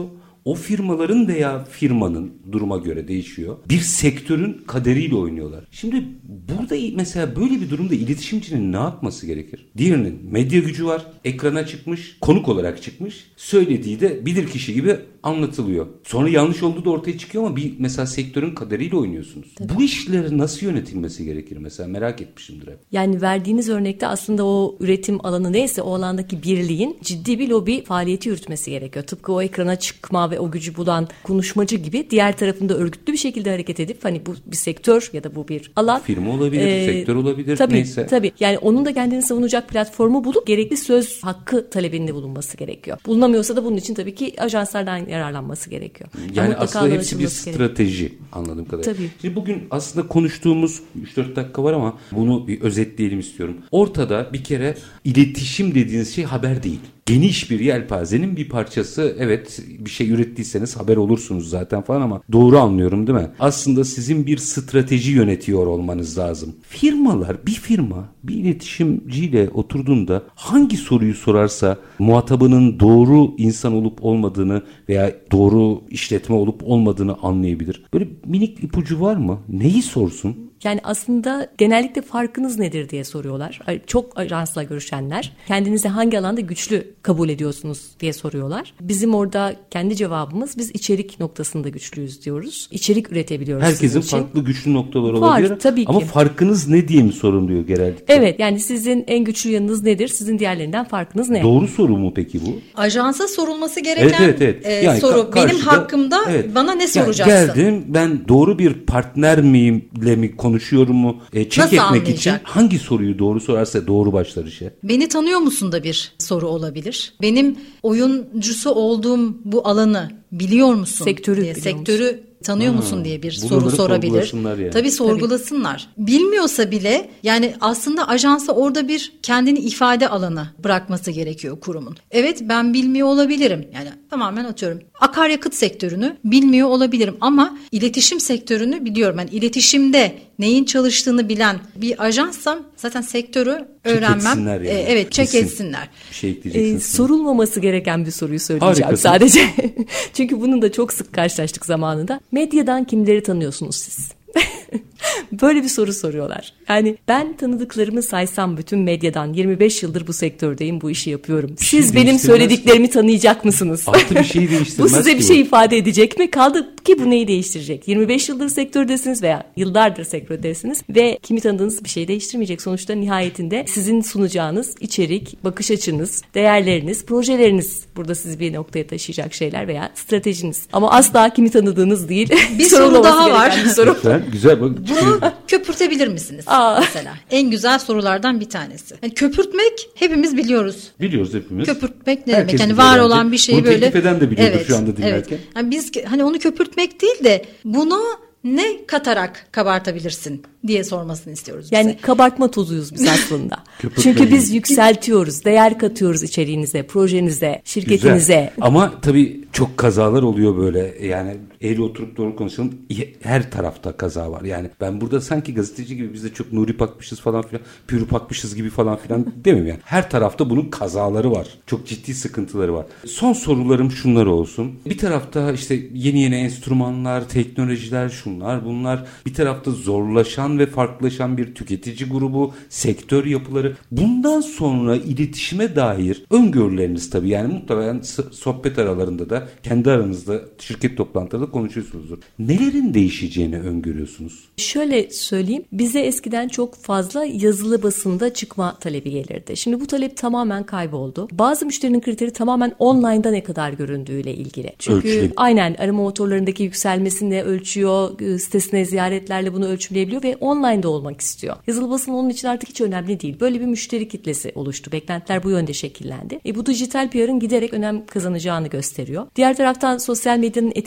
o firmaların veya firmanın, duruma göre değişiyor, bir sektörün kaderiyle oynuyorlar. Şimdi burada mesela böyle bir durumda iletişimcinin ne yapması gerekir? Diğerinin medya gücü var, ekrana çıkmış, konuk olarak çıkmış, söylediği de bilirkişi gibi anlatılıyor. Sonra yanlış olduğu da ortaya çıkıyor ama bir mesela sektörün kaderiyle oynuyorsunuz. Tabii. Bu işlerin nasıl yönetilmesi gerekir mesela, merak etmişimdir hep. Yani verdiğiniz örnekte aslında o üretim alanı neyse o alandaki birliğin ciddi bir lobi faaliyeti yürütmesi gerekiyor. Tıpkı o ekrana çıkma ve o gücü bulan konuşmacı gibi diğer tarafında örgütlü bir şekilde hareket edip hani bu bir sektör ya da bu bir alan. Firma olabilir, sektör olabilir, tabii, neyse. Tabii yani onun da kendini savunacak platformu bulup gerekli söz hakkı talebinde bulunması gerekiyor. Bulunamıyorsa da bunun için tabii ki ajanslardan yararlanması gerekiyor. Yani aslında hepsi bir strateji anladığım kadarıyla. Tabii. Şimdi bugün aslında konuştuğumuz 3-4 dakika var ama bunu bir özetleyelim istiyorum. Ortada bir kere iletişim dediğiniz şey haber değil. Geniş bir yelpazenin bir parçası. Evet, bir şey ürettiyseniz haber olursunuz zaten falan ama doğru anlıyorum değil mi? Aslında sizin bir strateji yönetiyor olmanız lazım. Bir firma bir iletişimciyle oturduğunda hangi soruyu sorarsa muhatabının doğru insan olup olmadığını veya doğru işletme olup olmadığını anlayabilir. Böyle minik ipucu var mı? Neyi sorsun? Yani aslında genellikle farkınız nedir diye soruyorlar. Çok ajansla görüşenler kendinizi hangi alanda güçlü kabul ediyorsunuz diye soruyorlar. Bizim orada kendi cevabımız biz içerik noktasında güçlüyüz diyoruz. İçerik üretebiliyoruz. Herkesin farklı güçlü noktaları olabilir. Var tabii ki. Ama farkınız ne diye mi soruluyor genellikle? Evet, yani sizin en güçlü yanınız nedir? Sizin diğerlerinden farkınız ne? Doğru soru mu peki bu? Ajansa sorulması gereken Yani soru benim hakkımda bana ne soracaksın? Geldim, ben doğru bir partner miyimle mi konuşuyorum mu? Check etmek için hangi soruyu doğru sorarsa doğru başlar işe. Beni tanıyor musun da bir soru olabilir. Benim oyuncusu olduğum bu alanı biliyor musun? Sektörü tanıyor musun diye bir soru sorabilir. Yani. Tabii sorgulasınlar. Bilmiyorsa bile yani aslında ajansa orada bir kendini ifade alanı bırakması gerekiyor kurumun. Evet, ben bilmiyor olabilirim. Yani tamamen atıyorum. Akaryakıt sektörünü bilmiyor olabilirim ama iletişim sektörünü biliyorum. Yani iletişimde neyin çalıştığını bilen bir ajanssam zaten sektörü öğrenmem. Yani. Check etsinler. Bir şey ekleyeceksiniz. Sorulmaması gereken bir soruyu söyleyeceğim. Harikasın. Sadece. Çünkü bunun da çok sık karşılaştık zamanında. Medyadan kimleri tanıyorsunuz siz? Böyle bir soru soruyorlar. Yani ben tanıdıklarımı saysam bütün medyadan 25 yıldır bu sektördeyim, bu işi yapıyorum. Siz benim söylediklerimi tanıyacak mısınız? Altı bir şey değiştirmez. Bu size bir şey ifade edecek mi? Kaldı ki bu neyi değiştirecek? 25 yıldır sektördesiniz veya yıllardır sektördesiniz ve kimi tanıdığınız bir şey değiştirmeyecek. Sonuçta nihayetinde sizin sunacağınız içerik, bakış açınız, değerleriniz, projeleriniz burada sizi bir noktaya taşıyacak şeyler veya stratejiniz. Ama asla kimi tanıdığınız değil. Bir soru daha var. Güzel. Bunu köpürtebilir misiniz? Mesela en güzel sorulardan bir tanesi. Yani köpürtmek hepimiz biliyoruz. Biliyoruz hepimiz. Köpürtmek ne demek? Yani var olan bir şeyi bunu böyle. Bunu teklif eden de biliyordur şu anda dinlerken. Evet. Yani biz hani onu köpürtmek değil de bunu ne katarak kabartabilirsin diye sormasını istiyoruz. Yani kabartma tozuyuz biz aslında. Çünkü biz yükseltiyoruz, değer katıyoruz içeriğinize, projenize, şirketinize. Güzel. Ama tabii çok kazalar oluyor böyle. Yani eğri oturup doğru konuşalım. Her tarafta kaza var. Yani ben burada sanki gazeteci gibi biz de çok nuri pakmışız falan filan, pürü pakmışız gibi falan filan demeyeyim yani. Her tarafta bunun kazaları var. Çok ciddi sıkıntıları var. Son sorularım şunlar olsun. Bir tarafta işte yeni enstrümanlar, teknolojiler, şunlar bunlar. Bir tarafta zorlaşan ve farklılaşan bir tüketici grubu, sektör yapıları. Bundan sonra iletişime dair öngörüleriniz tabii, yani muhtemelen sohbet aralarında da kendi aranızda şirket toplantılarında konuşuyorsunuzdur. Nelerin değişeceğini öngörüyorsunuz? Şöyle söyleyeyim, bize eskiden çok fazla yazılı basında çıkma talebi gelirdi. Şimdi bu talep tamamen kayboldu. Bazı müşterinin kriteri tamamen online'da ne kadar göründüğüyle ilgili. Çünkü aynen arama motorlarındaki yükselmesini ölçüyor, sitesine ziyaretlerle bunu ölçümleyebiliyor ve online'da olmak istiyor. Yazılı basın onun için artık hiç önemli değil. Böyle bir müşteri kitlesi oluştu. Beklentiler bu yönde şekillendi. Bu dijital PR'ın giderek önem kazanacağını gösteriyor. Diğer taraftan sosyal medyanın etkileyici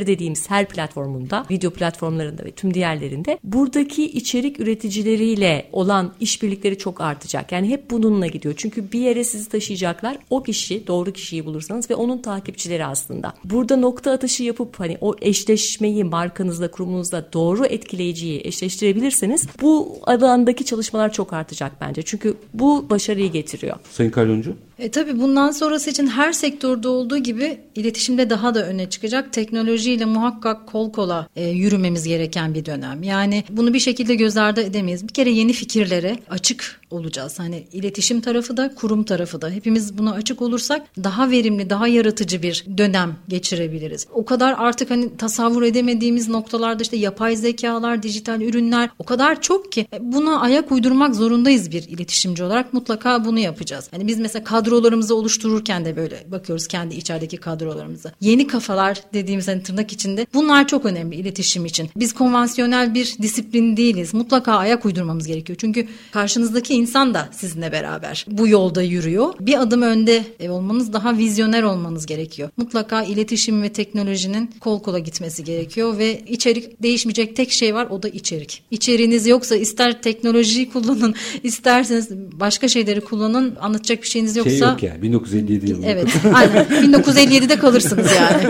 üreticileri dediğimiz her platformunda, video platformlarında ve tüm diğerlerinde buradaki içerik üreticileriyle olan işbirlikleri çok artacak. Yani hep bununla gidiyor. Çünkü bir yere sizi taşıyacaklar. O kişi, doğru kişiyi bulursanız ve onun takipçileri aslında. Burada nokta atışı yapıp hani o eşleşmeyi markanızla, kurumunuzla doğru etkileyiciyi eşleştirebilirseniz bu alandaki çalışmalar çok artacak bence. Çünkü bu başarıyı getiriyor. Sayın Kalyoncu? Tabii bundan sonrası için her sektörde olduğu gibi iletişimde daha da öne çıkacak. Teknolojiyle muhakkak kol kola yürümemiz gereken bir dönem. Yani bunu bir şekilde göz ardı edemeyiz. Bir kere yeni fikirlere açık olacağız. Hani iletişim tarafı da, kurum tarafı da. Hepimiz buna açık olursak daha verimli, daha yaratıcı bir dönem geçirebiliriz. O kadar artık hani tasavvur edemediğimiz noktalarda işte yapay zekalar, dijital ürünler o kadar çok ki buna ayak uydurmak zorundayız bir iletişimci olarak. Mutlaka bunu yapacağız. Hani biz mesela kadrolarımızı oluştururken de böyle bakıyoruz kendi içerideki kadrolarımıza. Yeni kafalar dediğimiz hani tırnak içinde bunlar çok önemli iletişim için. Biz konvansiyonel bir disiplin değiliz. Mutlaka ayak uydurmamız gerekiyor. Çünkü karşınızdaki insan da sizinle beraber bu yolda yürüyor. Bir adım önde olmanız, daha vizyoner olmanız gerekiyor. Mutlaka iletişim ve teknolojinin kol kola gitmesi gerekiyor ve içerik değişmeyecek tek şey var, o da içerik. İçeriğiniz yoksa ister teknolojiyi kullanın, isterseniz başka şeyleri kullanın, anlatacak bir şeyiniz yoksa. Yok ya 1957 yılında. Evet. Aynen. 1957'de kalırsınız yani.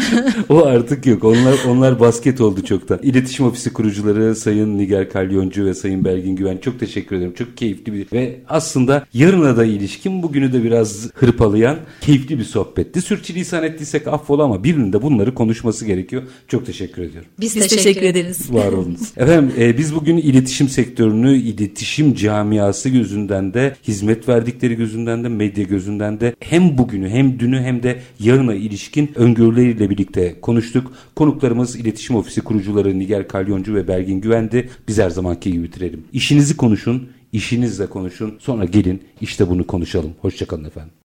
O artık yok. Onlar basket oldu çoktan. İletişim Ofisi kurucuları Sayın Nigar Kalyoncu ve Sayın Belgin Güven, çok teşekkür ederim. Çok keyifli bir ve aslında yarına da ilişkin, bugünü de biraz hırpalayan keyifli bir sohbetti. Sürçülisan ettiysek affola ama birinin de bunları konuşması gerekiyor. Çok teşekkür ediyorum. Biz teşekkür ederiz. Var olunuz. Efendim biz bugün iletişim sektörünü, iletişim camiası gözünden de, hizmet verdikleri gözünden de, medya gözünden de hem bugünü hem dünü hem de yarına ilişkin öngörüleriyle birlikte konuştuk. Konuklarımız İletişim Ofisi kurucuları Nigar Kalyoncu ve Belgin Güvendi. Biz her zamanki gibi bitirelim. İşinizi konuşun, işinizle konuşun. Sonra gelin işte bunu konuşalım. Hoşça kalın efendim.